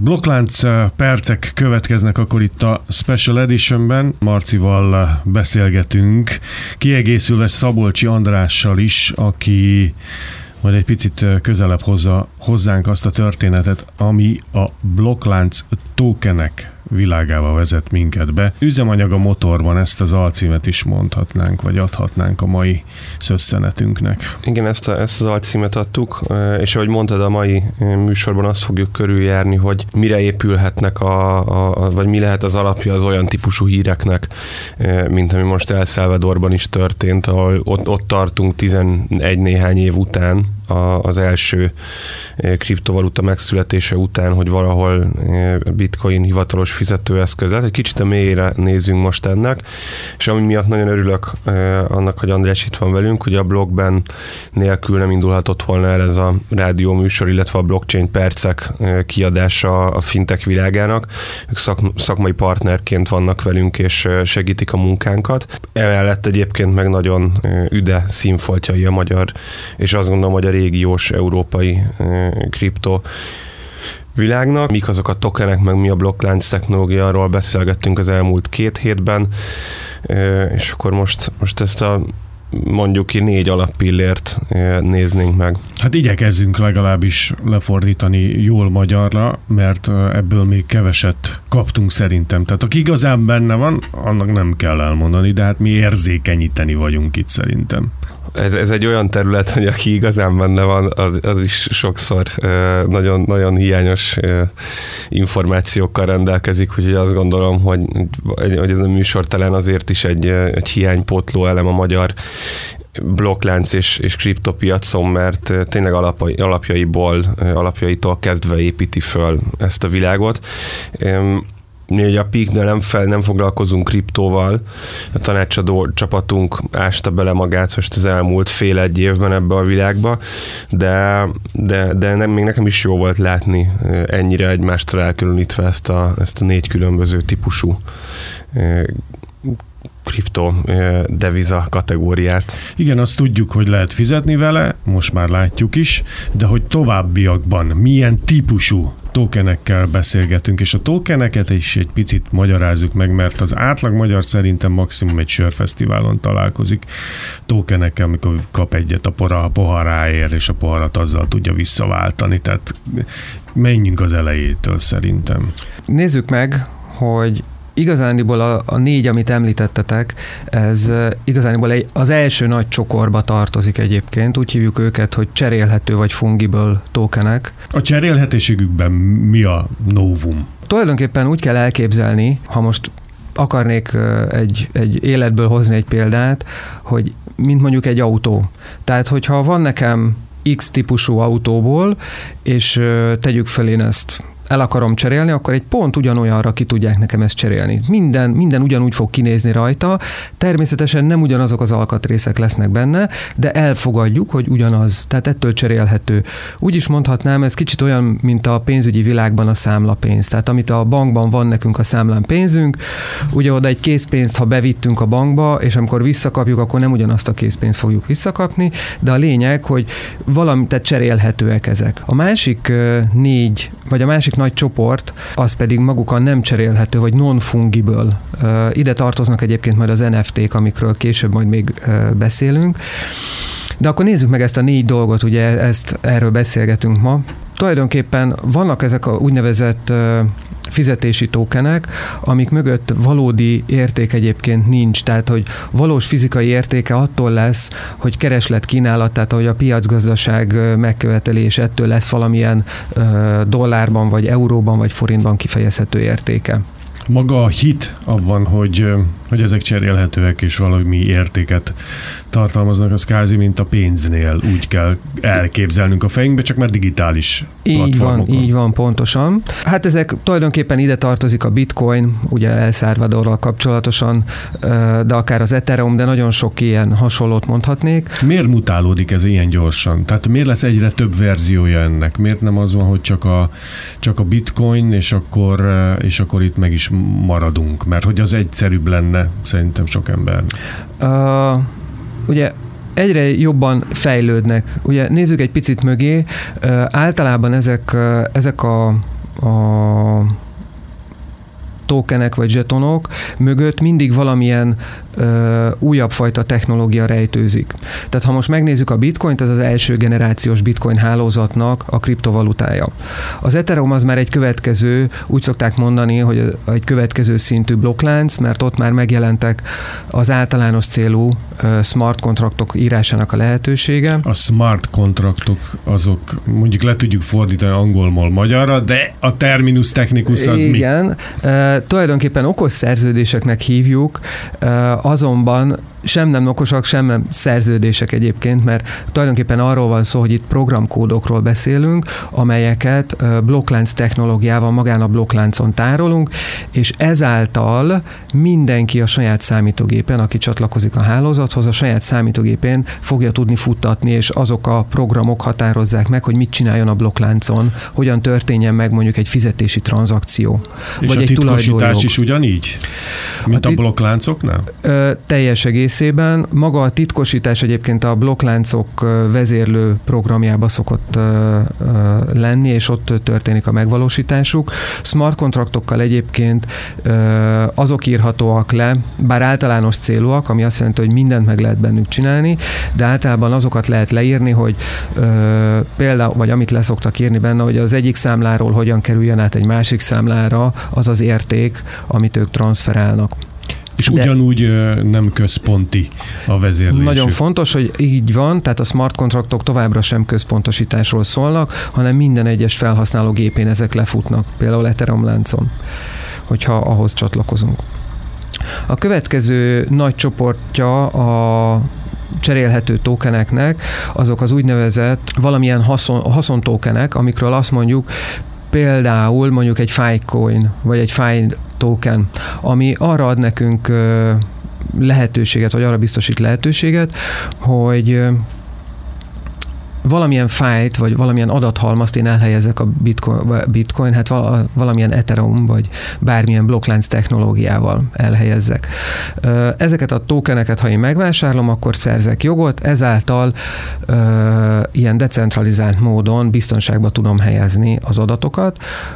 Blokklánc percek következnek akkor itt a Special Editionben. Marcival beszélgetünk, kiegészülve Szabolcsi Andrással is, aki majd egy picit közelebb hozza hozzánk azt a történetet, ami a blokklánc tokenek világába vezet minket be. Üzemanyag a motorban, ezt az alcímet is mondhatnánk, vagy adhatnánk a mai szösszenetünknek. Igen, ezt az alcímet adtuk, és ahogy mondtad, a mai műsorban azt fogjuk körüljárni, hogy mire épülhetnek, vagy mi lehet az alapja az olyan típusú híreknek, mint ami most El Salvadorban is történt, ahol ott tartunk 11 néhány év után, az első kriptovaluta megszületése után, hogy valahol bitcoin hivatalos fizetőeszköz lett. Egy kicsit a mélyére nézzünk most ennek, és ami miatt nagyon örülök annak, hogy András itt van velünk, hogy a blogban nélkül nem indulhatott volna el ez a rádióműsor, illetve a blockchain percek kiadása a fintech világának. Ők szakmai partnerként vannak velünk, és segítik a munkánkat. Emellett egyébként meg nagyon üde színfoltjai a magyar, és azt gondolom, hogy a régiós európai kripto világnak. Mik azok a tokenek, meg mi a blokklánc technológia, arról beszélgettünk az elmúlt 2 hétben, és akkor most ezt a mondjuk ki 4 alappillért néznénk meg. Hát igyekezzünk legalábbis lefordítani jól magyarra, mert ebből még keveset kaptunk szerintem. Tehát aki igazán benne van, annak nem kell elmondani, de hát mi érzékenyíteni vagyunk itt szerintem. Ez egy olyan terület, hogy aki igazán benne van, az is sokszor nagyon, nagyon hiányos információkkal rendelkezik, úgyhogy azt gondolom, hogy ez a műsor talán azért is egy hiánypótló elem a magyar blokklánc és kriptopiacon, mert tényleg alapjaitól kezdve építi föl ezt a világot. Mi ugye a Peaknél nem foglalkozunk kriptóval, a tanácsadó csapatunk ásta bele magát most az elmúlt fél-egy évben ebbe a világba, de még nekem is jó volt látni ennyire egymástól elkülönítve ezt a 4 különböző típusú kripto deviza kategóriát. Igen, azt tudjuk, hogy lehet fizetni vele, most már látjuk is, de hogy továbbiakban milyen típusú tokenekkel beszélgetünk, és a tokeneket is egy picit magyarázzuk meg, mert az átlag magyar szerintem maximum egy sörfesztiválon találkozik tokenekkel, amikor kap egyet a poharáért, és a poharat azzal tudja visszaváltani, tehát menjünk az elejétől szerintem. Nézzük meg, hogy igazániból a 4, amit említettetek, ez igazániból az első nagy csokorba tartozik egyébként. Úgy hívjuk őket, hogy cserélhető vagy fungible tokenek. A cserélhetőségükben mi a novum? Tulajdonképpen úgy kell elképzelni, ha most akarnék egy életből hozni egy példát, hogy mint mondjuk egy autó. Tehát, hogyha van nekem X típusú autóból, és tegyük fel én ezt el akarom cserélni, akkor egy pont ugyanolyanra ki tudják nekem ezt cserélni. Minden ugyanúgy fog kinézni rajta, természetesen nem ugyanazok az alkatrészek lesznek benne, de elfogadjuk, hogy ugyanaz, tehát ettől cserélhető. Úgy is mondhatnám, ez kicsit olyan, mint a pénzügyi világban a számlapénz. Tehát amit a bankban van nekünk a számlán pénzünk, ugye oda egy készpénzt, ha bevittünk a bankba, és amikor visszakapjuk, akkor nem ugyanazt a készpénzt fogjuk visszakapni, de a lényeg, hogy tehát cserélhetőek ezek. A másik 4, vagy a másik nagy csoport, az pedig maguk a nem cserélhető, vagy non-fungible. Ide tartoznak egyébként majd az NFT-k, amikről később majd még beszélünk. De akkor nézzük meg ezt a 4 dolgot, ugye erről beszélgetünk ma. Tulajdonképpen vannak ezek a úgynevezett fizetési tokenek, amik mögött valódi érték egyébként nincs, tehát hogy valós fizikai értéke attól lesz, hogy kereslet kínálat, tehát hogy a piacgazdaság megkövetelés, ettől lesz valamilyen dollárban, vagy euróban, vagy forintban kifejezhető értéke. Maga a hit abban, hogy ezek cserélhetőek és valami értéket tartalmaznak, az kázi, mint a pénznél. Úgy kell elképzelnünk a fejünkbe, csak már digitális platformokon. Így van, pontosan. Hát ezek tulajdonképpen ide tartozik a Bitcoin, ugye El Salvadorral kapcsolatosan, de akár az Ethereum, de nagyon sok ilyen hasonlót mondhatnék. Miért mutálódik ez ilyen gyorsan? Tehát miért lesz egyre több verziója ennek? Miért nem az van, hogy csak a Bitcoin, és akkor itt meg is maradunk? Mert hogy az egyszerűbb lenne szerintem sok ember. Ugye egyre jobban fejlődnek. Ugye nézzük egy picit mögé, általában ezek a tokenek vagy zsetonok mögött mindig valamilyen újabb fajta technológia rejtőzik. Tehát ha most megnézzük a bitcoint, ez az első generációs bitcoin hálózatnak a kriptovalutája. Az Ethereum az már egy következő, úgy szokták mondani, hogy egy következő szintű blokklánc, mert ott már megjelentek az általános célú smart kontraktok írásának a lehetősége. A smart kontraktok azok mondjuk le tudjuk fordítani angolból magyarra, de a terminus technicus az mi? Igen, tulajdonképpen okos szerződéseknek hívjuk, azonban sem nem okosak, sem nem szerződések egyébként, mert tulajdonképpen arról van szó, hogy itt programkódokról beszélünk, amelyeket blokklánc technológiával magán a blokkláncon tárolunk, és ezáltal mindenki a saját számítógépen, aki csatlakozik a hálózathoz, a saját számítógépén fogja tudni futtatni, és azok a programok határozzák meg, hogy mit csináljon a blokkláncon, hogyan történjen meg mondjuk egy fizetési tranzakció. És vagy a egy titkosítás is ugyanígy? Mint a blokkláncoknál? Teljes egészében. Maga a titkosítás egyébként a blokkláncok vezérlő programjába szokott lenni, és ott történik a megvalósításuk. Smart kontraktokkal egyébként azok írhatóak le, bár általános célúak, ami azt jelenti, hogy mindent meg lehet bennük csinálni, de általában azokat lehet leírni, hogy például, vagy amit leszoktak írni benne, hogy az egyik számláról hogyan kerüljön át egy másik számlára az az érték, amit ők transferálnak. És ugyanúgy nem központi a vezérlésük. Nagyon fontos, hogy így van, tehát a smart kontraktok továbbra sem központosításról szólnak, hanem minden egyes felhasználó gépén ezek lefutnak, például Ethereum láncon, hogyha ahhoz csatlakozunk. A következő nagy csoportja a cserélhető tokeneknek, azok az úgynevezett valamilyen haszontokenek, amikről azt mondjuk, például mondjuk egy Filecoin, vagy egy File token, ami arra ad nekünk lehetőséget, vagy arra biztosít lehetőséget, hogy valamilyen fájlt, vagy valamilyen adathalmazt én elhelyezzek a bitcoin, hát valamilyen Ethereum, vagy bármilyen blokklánc technológiával elhelyezzek. Ezeket a tokeneket, ha én megvásárlom, akkor szerzek jogot, ezáltal ilyen decentralizált módon biztonságba tudom helyezni az adatokat,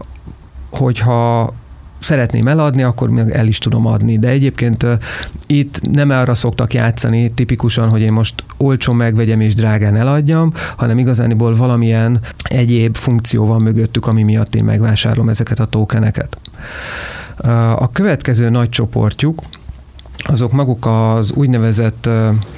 hogyha szeretném eladni, akkor meg el is tudom adni. De egyébként itt nem arra szoktak játszani tipikusan, hogy én most olcsón megvegyem és drágán eladjam, hanem igazániból valamilyen egyéb funkció van mögöttük, ami miatt én megvásárolom ezeket a tokeneket. A következő nagy csoportjuk, azok maguk az úgynevezett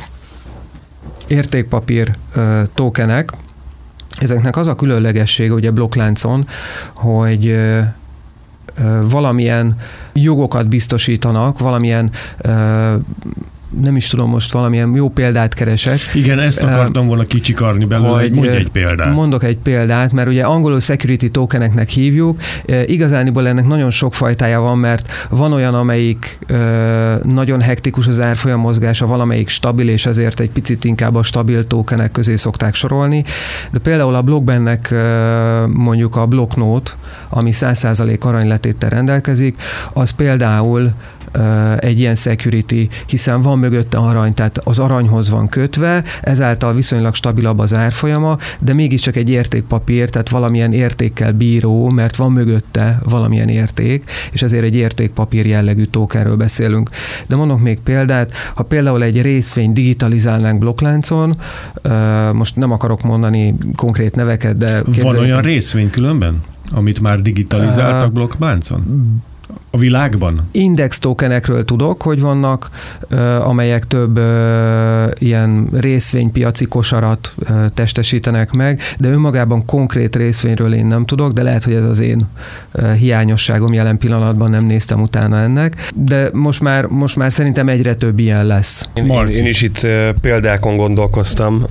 értékpapír tokenek. Ezeknek az a különlegessége ugye blokkláncon, hogy valamilyen jogokat biztosítanak, valamilyen nem is tudom, most valamilyen jó példát keresek. Igen, ezt akartam volna kicsikarni belőle, hogy mondj egy példát. Mondok egy példát, mert ugye angolul security tokeneknek hívjuk. Igazániból ennek nagyon sok fajtája van, mert van olyan, amelyik nagyon hektikus az árfolyam mozgása, valamelyik stabil, és ezért egy picit inkább a stabil tokenek közé szokták sorolni. De például a Blockbennek mondjuk a Blocknote, ami 100% aranyletéttel rendelkezik, az például egy ilyen security, hiszen van mögötte arany, tehát az aranyhoz van kötve, ezáltal viszonylag stabilabb az árfolyama, de mégiscsak egy értékpapír, tehát valamilyen értékkel bíró, mert van mögötte valamilyen érték, és ezért egy értékpapír jellegű tokenről beszélünk. De mondok még példát, ha például egy részvényt digitalizálnánk blokkláncon, most nem akarok mondani konkrét neveket, de... Van olyan részvény különben, amit már digitalizáltak blokkláncon? A világban? Index tokenekről tudok, hogy vannak, amelyek több ilyen részvénypiaci kosarat testesítenek meg, de önmagában konkrét részvényről én nem tudok, de lehet, hogy ez az én hiányosságom, jelen pillanatban nem néztem utána ennek, de most már szerintem egyre több ilyen lesz. Én is itt példákon gondolkoztam,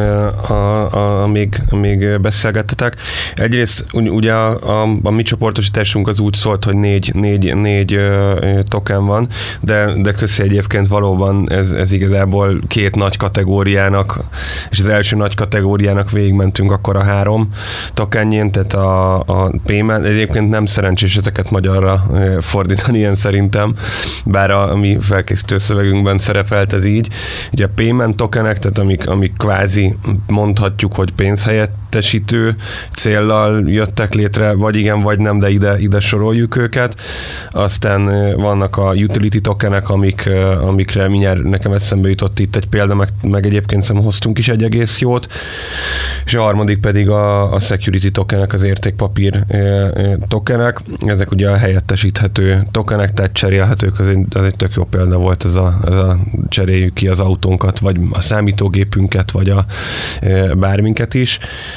amíg beszélgettetek. Egyrészt ugye a mi csoportosításunk az úgy szólt, hogy négy token van, de köszi egyébként valóban ez igazából két nagy kategóriának, és az első nagy kategóriának végigmentünk akkor a 3 tokenjén, tehát a payment, egyébként nem szerencsés ezeket magyarra fordítani ilyen szerintem, bár a mi felkészítő szövegünkben szerepelt ez így. Ugye a payment tokenek, tehát amik kvázi mondhatjuk, hogy pénzhelyettesítő céllal jöttek létre, vagy igen, vagy nem, de ide soroljuk őket. aztán vannak a utility tokenek, amikre mindjárt nekem eszembe jutott itt egy példa, meg egyébként szerintem hoztunk is egy egész jót, és a harmadik pedig a security tokenek, az értékpapír tokenek. Ezek ugye a helyettesíthető tokenek, tehát cserélhetők, az egy tök jó példa volt ez a cseréljük ki az autónkat, vagy a számítógépünket, vagy a bárminket is.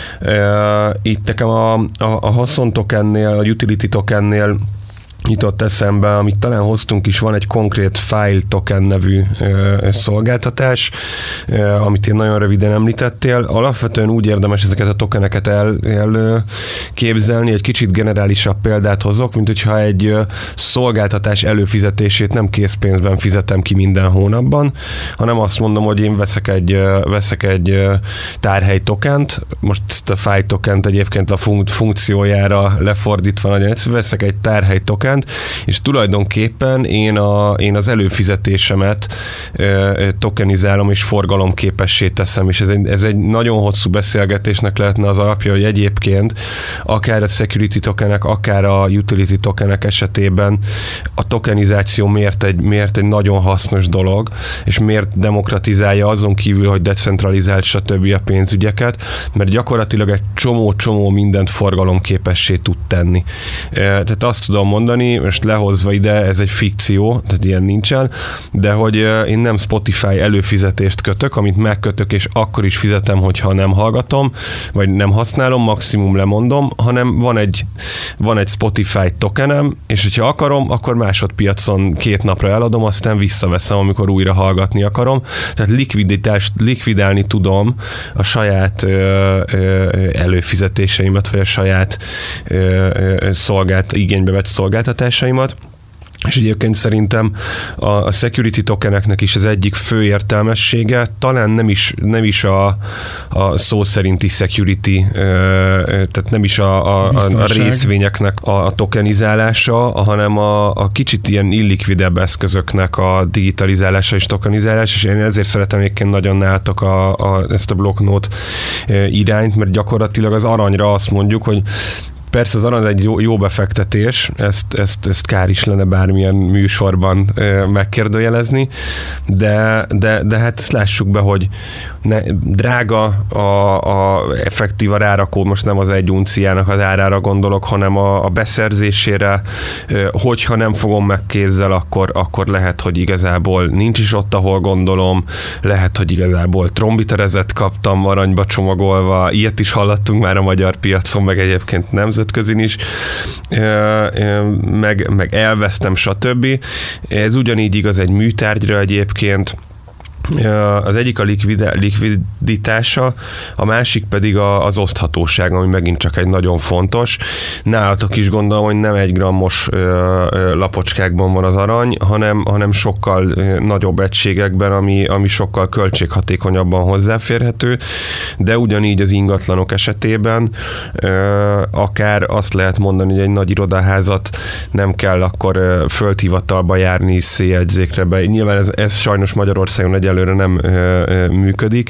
Itt nekem a haszontokennél, a utility tokennél jutott eszembe, amit talán hoztunk is, van egy konkrét file token nevű szolgáltatás, amit én nagyon röviden említettél. Alapvetően úgy érdemes ezeket a tokeneket elképzelni, egy kicsit generálisabb példát hozok, mint hogyha egy szolgáltatás előfizetését nem készpénzben fizetem ki minden hónapban, hanem azt mondom, hogy én veszek egy tárhely tokent, most ezt a file tokent egyébként a funkciójára lefordítva nagyon egyszerű, veszek egy tárhely tokent, és tulajdonképpen én az előfizetésemet tokenizálom és forgalomképessé teszem, és ez egy nagyon hosszú beszélgetésnek lehetne az alapja, hogy egyébként akár a security tokenek, akár a utility tokenek esetében a tokenizáció miért egy nagyon hasznos dolog, és miért demokratizálja azon kívül, hogy decentralizált stb. A pénzügyeket, mert gyakorlatilag egy csomó mindent forgalomképessé tud tenni. Tehát azt tudom mondani, most lehozva ide, ez egy fikció, tehát ilyen nincsen, de hogy én nem Spotify előfizetést kötök, amit megkötök, és akkor is fizetem, hogyha nem hallgatom, vagy nem használom, maximum lemondom, hanem van egy Spotify tokenem, és hogyha akarom, akkor másodpiacon 2 napra eladom, aztán visszaveszem, amikor újra hallgatni akarom. Tehát likvidálni tudom a saját előfizetéseimet, vagy a saját igénybe vett szolgáltatásaimat. És egyébként szerintem a security tokeneknek is az egyik fő értelmessége talán nem is a szó szerinti security, tehát nem is a részvényeknek a tokenizálása, hanem a kicsit ilyen illikvidebb eszközöknek a digitalizálása és tokenizálása, és én ezért szeretem egyébként nagyon nálatok ezt a blokknót irányt, mert gyakorlatilag az aranyra azt mondjuk, hogy persze az arany egy jó befektetés, ezt kár is lenne bármilyen műsorban megkérdőjelezni, de hát ezt lássuk be, hogy drága effektív a rárakó, most nem az egy unciának az árára gondolok, hanem a beszerzésére, hogyha nem fogom meg kézzel, akkor lehet, hogy igazából nincs is ott, ahol gondolom, lehet, hogy igazából trombiterezet kaptam aranyba csomagolva, ilyet is hallottunk már a magyar piacon, meg egyébként nemzetközin is, meg elvesztem, stb. Ez ugyanígy igaz egy műtárgyra egyébként. Az egyik a likviditása, a másik pedig az oszthatóság, ami megint csak egy nagyon fontos. Nálatok is gondolom, hogy nem 1 grammos lapocskákban van az arany, hanem sokkal nagyobb egységekben, ami sokkal költséghatékonyabban hozzáférhető, de ugyanígy az ingatlanok esetében akár azt lehet mondani, hogy egy nagy irodaházat nem kell akkor földhivatalba járni, széljegyzékre be. Nyilván ez sajnos Magyarországon egyelőre nem működik,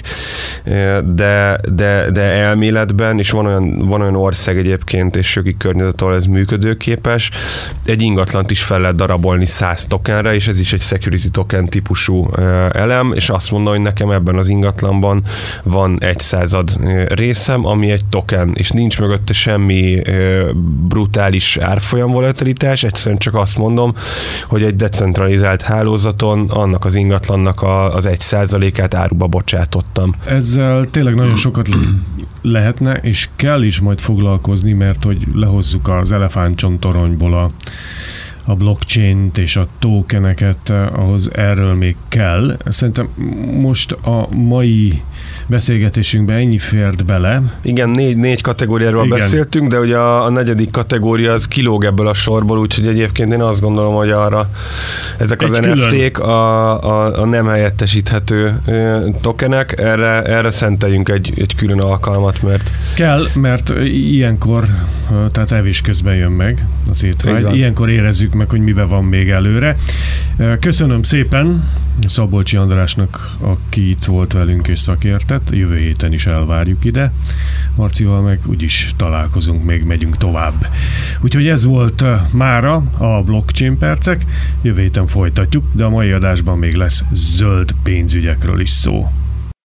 de elméletben, és van olyan ország egyébként, és jogi környezet, ahol ez működőképes, egy ingatlant is fel lehet darabolni 100 tokenre, és ez is egy security token típusú elem, és azt mondom, hogy nekem ebben az ingatlanban van 1/100 részem, ami egy token, és nincs mögötte semmi brutális árfolyam volatilitás, egyszerűen csak azt mondom, hogy egy decentralizált hálózaton annak az ingatlannak az 1%-át áruba bocsátottam. Ezzel tényleg nagyon sokat lehetne, és kell is majd foglalkozni, mert hogy lehozzuk az elefántcsontoronyból a blockchain-t és a tokeneket, ahhoz erről még kell. Szerintem most a mai beszélgetésünkben ennyi fért bele. Igen, négy kategóriáról beszéltünk, de ugye a 4. kategória az kilóg ebből a sorból, úgyhogy egyébként én azt gondolom, hogy arra ezek az NFT-k, a nem helyettesíthető tokenek, erre szenteljünk egy külön alkalmat, mert... Kell, mert ilyenkor, tehát evés közben jön meg az étvágy, ilyenkor érezzük meg, hogy miben van még előre. Köszönöm szépen Szabolcsi Andrásnak, aki itt volt velünk és szakértett. Jövő héten is elvárjuk ide. Marcival meg úgyis találkozunk, még megyünk tovább. Úgyhogy ez volt mára a Blockchain Percek. Jövő héten folytatjuk, de a mai adásban még lesz zöld pénzügyekről is szó.